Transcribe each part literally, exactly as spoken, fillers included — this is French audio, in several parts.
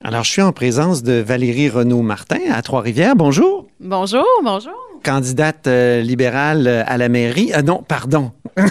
Alors, je suis en présence de Valérie Renaud-Martin à Trois-Rivières. Bonjour. Bonjour, bonjour. Candidate euh, libérale à la mairie. Ah non, pardon.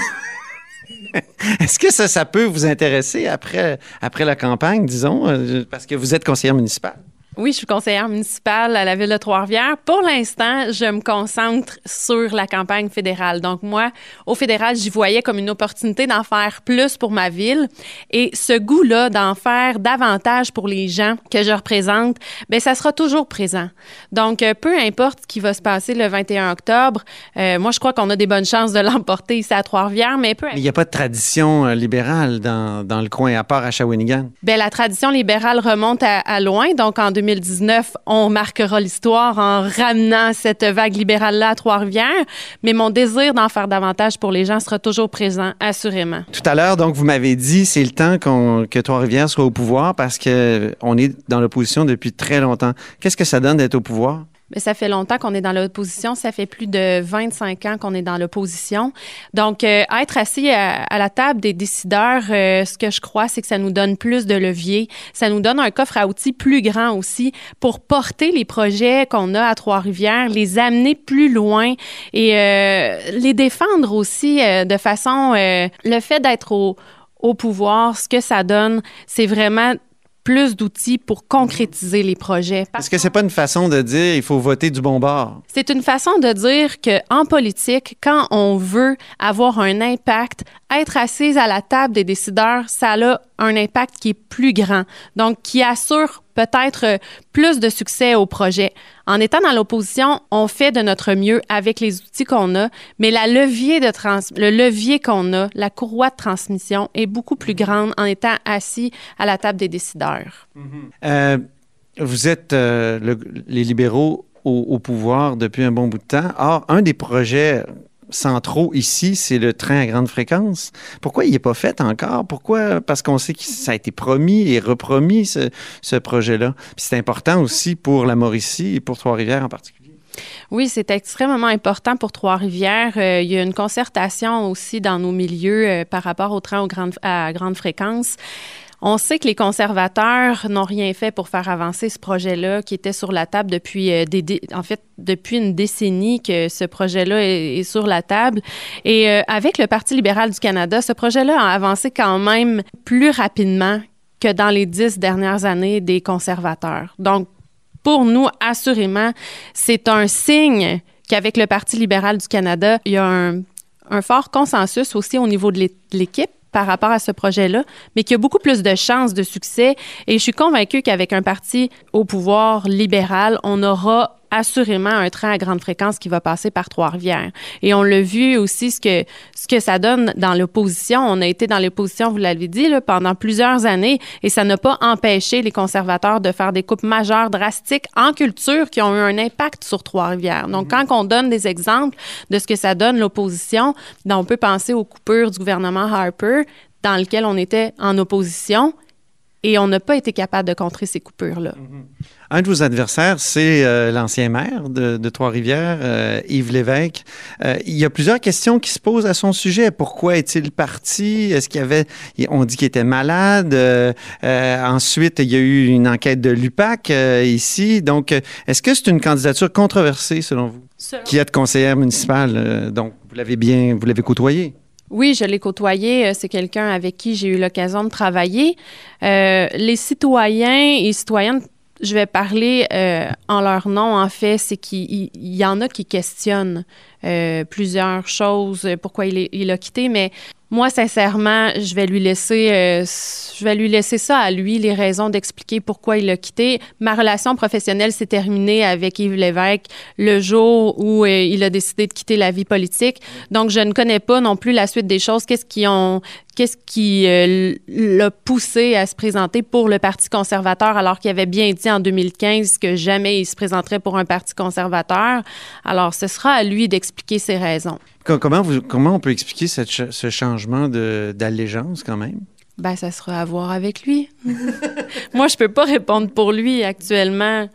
Est-ce que ça, ça peut vous intéresser après, après la campagne, disons, euh, parce que vous êtes conseillère municipale? Oui, je suis conseillère municipale à la ville de Trois-Rivières. Pour l'instant, je me concentre sur la campagne fédérale. Donc moi, au fédéral, j'y voyais comme une opportunité d'en faire plus pour ma ville. Et ce goût-là d'en faire davantage pour les gens que je représente, bien, ça sera toujours présent. Donc, peu importe ce qui va se passer le vingt et un octobre, euh, moi, je crois qu'on a des bonnes chances de l'emporter ici à Trois-Rivières, mais peu importe. Il n'y a pas de tradition euh, libérale dans, dans le coin, à part à Shawinigan. Bien, la tradition libérale remonte à, à loin. Donc, en deux mille dix-neuf, on marquera l'histoire en ramenant cette vague libérale-là à Trois-Rivières. Mais mon désir d'en faire davantage pour les gens sera toujours présent, assurément. Tout à l'heure, donc, vous m'avez dit c'est le temps qu'on, que Trois-Rivières soit au pouvoir parce qu'on est dans l'opposition depuis très longtemps. Qu'est-ce que ça donne d'être au pouvoir? Bien, ça fait longtemps qu'on est dans l'opposition. Ça fait plus de vingt-cinq ans qu'on est dans l'opposition. Donc, euh, être assis à, à la table des décideurs, euh, ce que je crois, c'est que ça nous donne plus de levier. Ça nous donne un coffre à outils plus grand aussi pour porter les projets qu'on a à Trois-Rivières, les amener plus loin et euh, les défendre aussi euh, de façon... Euh, le fait d'être au, au pouvoir, ce que ça donne, c'est vraiment... plus d'outils pour concrétiser les projets. Est-ce que c'est pas une façon de dire il faut voter du bon bord? C'est une façon de dire qu'en politique, quand on veut avoir un impact, être assise à la table des décideurs, ça a un impact qui est plus grand, donc qui assure peut-être plus de succès au projet. En étant dans l'opposition, on fait de notre mieux avec les outils qu'on a, mais la levier de trans- le levier qu'on a, la courroie de transmission est beaucoup plus grande en étant assis à la table des décideurs. Mm-hmm. Euh, vous êtes euh, le, les libéraux au, au pouvoir depuis un bon bout de temps. Or, un des projets centraux ici, c'est le train à grande fréquence. Pourquoi il n'est pas fait encore? Pourquoi? Parce qu'on sait que ça a été promis et repromis, ce, ce projet-là. Puis c'est important aussi pour la Mauricie et pour Trois-Rivières en particulier. Oui, c'est extrêmement important pour Trois-Rivières. Euh, il y a une concertation aussi dans nos milieux euh, par rapport au train aux grandes, à grande fréquence. On sait que les conservateurs n'ont rien fait pour faire avancer ce projet-là qui était sur la table depuis euh, des, dé- en fait depuis une décennie que ce projet-là est, est sur la table. Et euh, avec le Parti libéral du Canada, ce projet-là a avancé quand même plus rapidement que dans les dix dernières années des conservateurs. Donc, pour nous, assurément, c'est un signe qu'avec le Parti libéral du Canada, il y a un, un fort consensus aussi au niveau de l'équipe par rapport à ce projet-là, mais qu'il y a beaucoup plus de chances de succès. Et je suis convaincue qu'avec un parti au pouvoir libéral, on aura assurément un train à grande fréquence qui va passer par Trois-Rivières. Et on l'a vu aussi ce que, ce que ça donne dans l'opposition. On a été dans l'opposition, vous l'avez dit, là, pendant plusieurs années et ça n'a pas empêché les conservateurs de faire des coupes majeures, drastiques en culture qui ont eu un impact sur Trois-Rivières. Donc, mm-hmm. quand on donne des exemples de ce que ça donne l'opposition, ben, on peut penser aux coupures du gouvernement Harper dans lequel on était en opposition et on n'a pas été capable de contrer ces coupures-là. Mm-hmm. Un de vos adversaires, c'est euh, l'ancien maire de, de Trois-Rivières, euh, Yves Lévesque. Euh, il y a plusieurs questions qui se posent à son sujet. Pourquoi est-il parti? Est-ce qu'il y avait... On dit qu'il était malade. Euh, euh, ensuite, il y a eu une enquête de l'U P A C euh, ici. Donc, est-ce que c'est une candidature controversée, selon vous? Selon... Qui êtes conseillère municipale, euh, donc vous l'avez bien... Vous l'avez côtoyé? Oui, je l'ai côtoyé. C'est quelqu'un avec qui j'ai eu l'occasion de travailler. Euh, les citoyens et citoyennes, je vais parler euh, en leur nom, en fait, c'est qu'il il, il y en a qui questionnent euh, plusieurs choses, pourquoi il, est, il a quitté, mais moi, sincèrement, je vais lui laisser euh, je vais lui laisser ça à lui, les raisons d'expliquer pourquoi il a quitté. Ma relation professionnelle s'est terminée avec Yves Lévesque le jour où euh, il a décidé de quitter la vie politique. Donc, je ne connais pas non plus la suite des choses. Qu'est-ce qui ont Qu'est-ce qui euh, l'a poussé à se présenter pour le Parti conservateur alors qu'il avait bien dit en deux mille quinze que jamais il se présenterait pour un Parti conservateur? Alors, ce sera à lui d'expliquer ses raisons. Comment, vous, comment on peut expliquer cette, ce changement de, d'allégeance quand même? Ben, ça sera à voir avec lui. Moi, je peux pas répondre pour lui actuellement.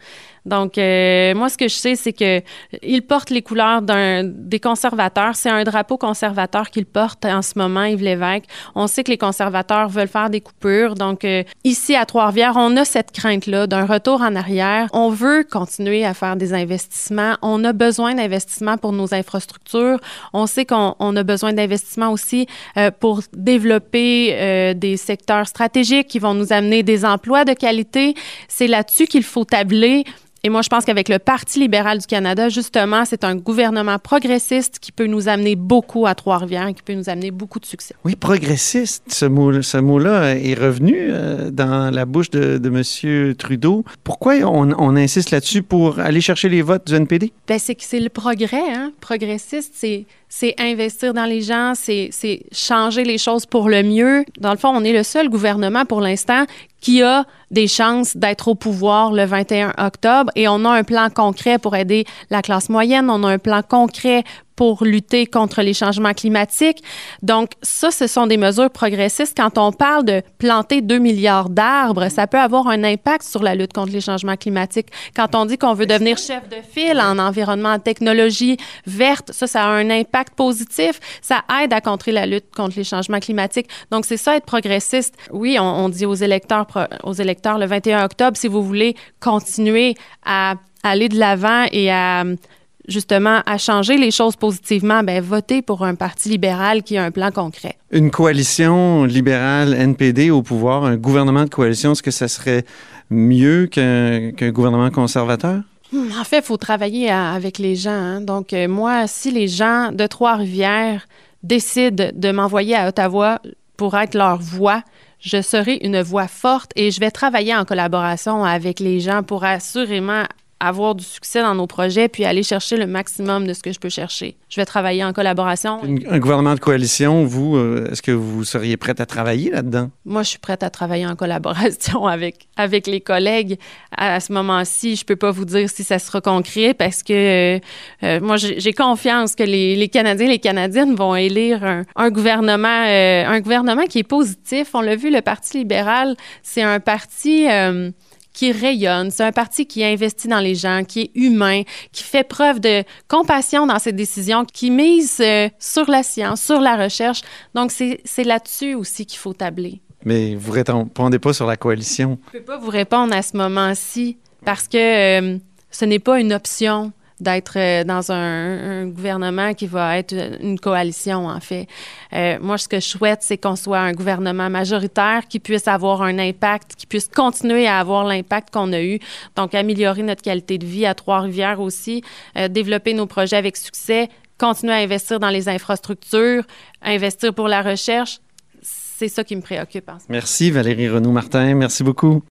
Donc, euh, moi, ce que je sais, c'est que il porte les couleurs d'un des conservateurs. C'est un drapeau conservateur qu'il porte en ce moment, Yves Lévesque. On sait que les conservateurs veulent faire des coupures. Donc, euh, ici, à Trois-Rivières, on a cette crainte-là d'un retour en arrière. On veut continuer à faire des investissements. On a besoin d'investissements pour nos infrastructures. On sait qu'on on a besoin d'investissements aussi euh, pour développer euh, des secteurs stratégiques qui vont nous amener des emplois de qualité. C'est là-dessus qu'il faut tabler. Et moi, je pense qu'avec le Parti libéral du Canada, justement, c'est un gouvernement progressiste qui peut nous amener beaucoup à Trois-Rivières, qui peut nous amener beaucoup de succès. Oui, progressiste, ce, mot, ce mot-là est revenu euh, dans la bouche de, de M. Trudeau. Pourquoi on, on insiste là-dessus pour aller chercher les votes du N P D? Bien, c'est que c'est le progrès, hein? Progressiste, c'est... c'est investir dans les gens, c'est, c'est changer les choses pour le mieux. Dans le fond, on est le seul gouvernement pour l'instant qui a des chances d'être au pouvoir le vingt et un octobre et on a un plan concret pour aider la classe moyenne, on a un plan concret pour lutter contre les changements climatiques. Donc, ça, ce sont des mesures progressistes. Quand on parle de planter deux milliards d'arbres, ça peut avoir un impact sur la lutte contre les changements climatiques. Quand on dit qu'on veut devenir chef de file en environnement, en technologie verte, ça, ça a un impact positif. Ça aide à contrer la lutte contre les changements climatiques. Donc, c'est ça, être progressiste. Oui, on, on dit aux électeurs, aux électeurs le vingt et un octobre, si vous voulez continuer à aller de l'avant et à justement, à changer les choses positivement, bien, votez pour un parti libéral qui a un plan concret. Une coalition libérale N P D au pouvoir, un gouvernement de coalition, est-ce que ça serait mieux qu'un, qu'un gouvernement conservateur? En fait, il faut travailler à, avec les gens. Hein. Donc, euh, moi, si les gens de Trois-Rivières décident de m'envoyer à Ottawa pour être leur voix, je serai une voix forte et je vais travailler en collaboration avec les gens pour assurément avoir du succès dans nos projets puis aller chercher le maximum de ce que je peux chercher. Je vais travailler en collaboration. Une, un gouvernement de coalition, vous, euh, est-ce que vous seriez prête à travailler là-dedans? Moi, je suis prête à travailler en collaboration avec, avec les collègues. À, à ce moment-ci, je peux pas vous dire si ça sera concret parce que euh, euh, moi, j'ai, j'ai confiance que les, les Canadiens et les Canadiennes vont élire un, un gouvernement euh, un gouvernement qui est positif. On l'a vu, le Parti libéral, c'est un parti Euh, qui rayonne. C'est un parti qui investit dans les gens, qui est humain, qui fait preuve de compassion dans ses décisions, qui mise euh, sur la science, sur la recherche. Donc, c'est, c'est là-dessus aussi qu'il faut tabler. Mais vous ne répondez pas sur la coalition. Je ne peux pas vous répondre à ce moment-ci parce que euh, ce n'est pas une option d'être euh, dans un, un gouvernement qui va être une coalition, en fait. Euh, moi, ce que je souhaite, c'est qu'on soit un gouvernement majoritaire qui puisse avoir un impact, qui puisse continuer à avoir l'impact qu'on a eu. Donc, améliorer notre qualité de vie à Trois-Rivières aussi, euh, développer nos projets avec succès, continuer à investir dans les infrastructures, investir pour la recherche. C'est ça qui me préoccupe en ce moment. Merci Valérie Renaud-Martin. Merci beaucoup.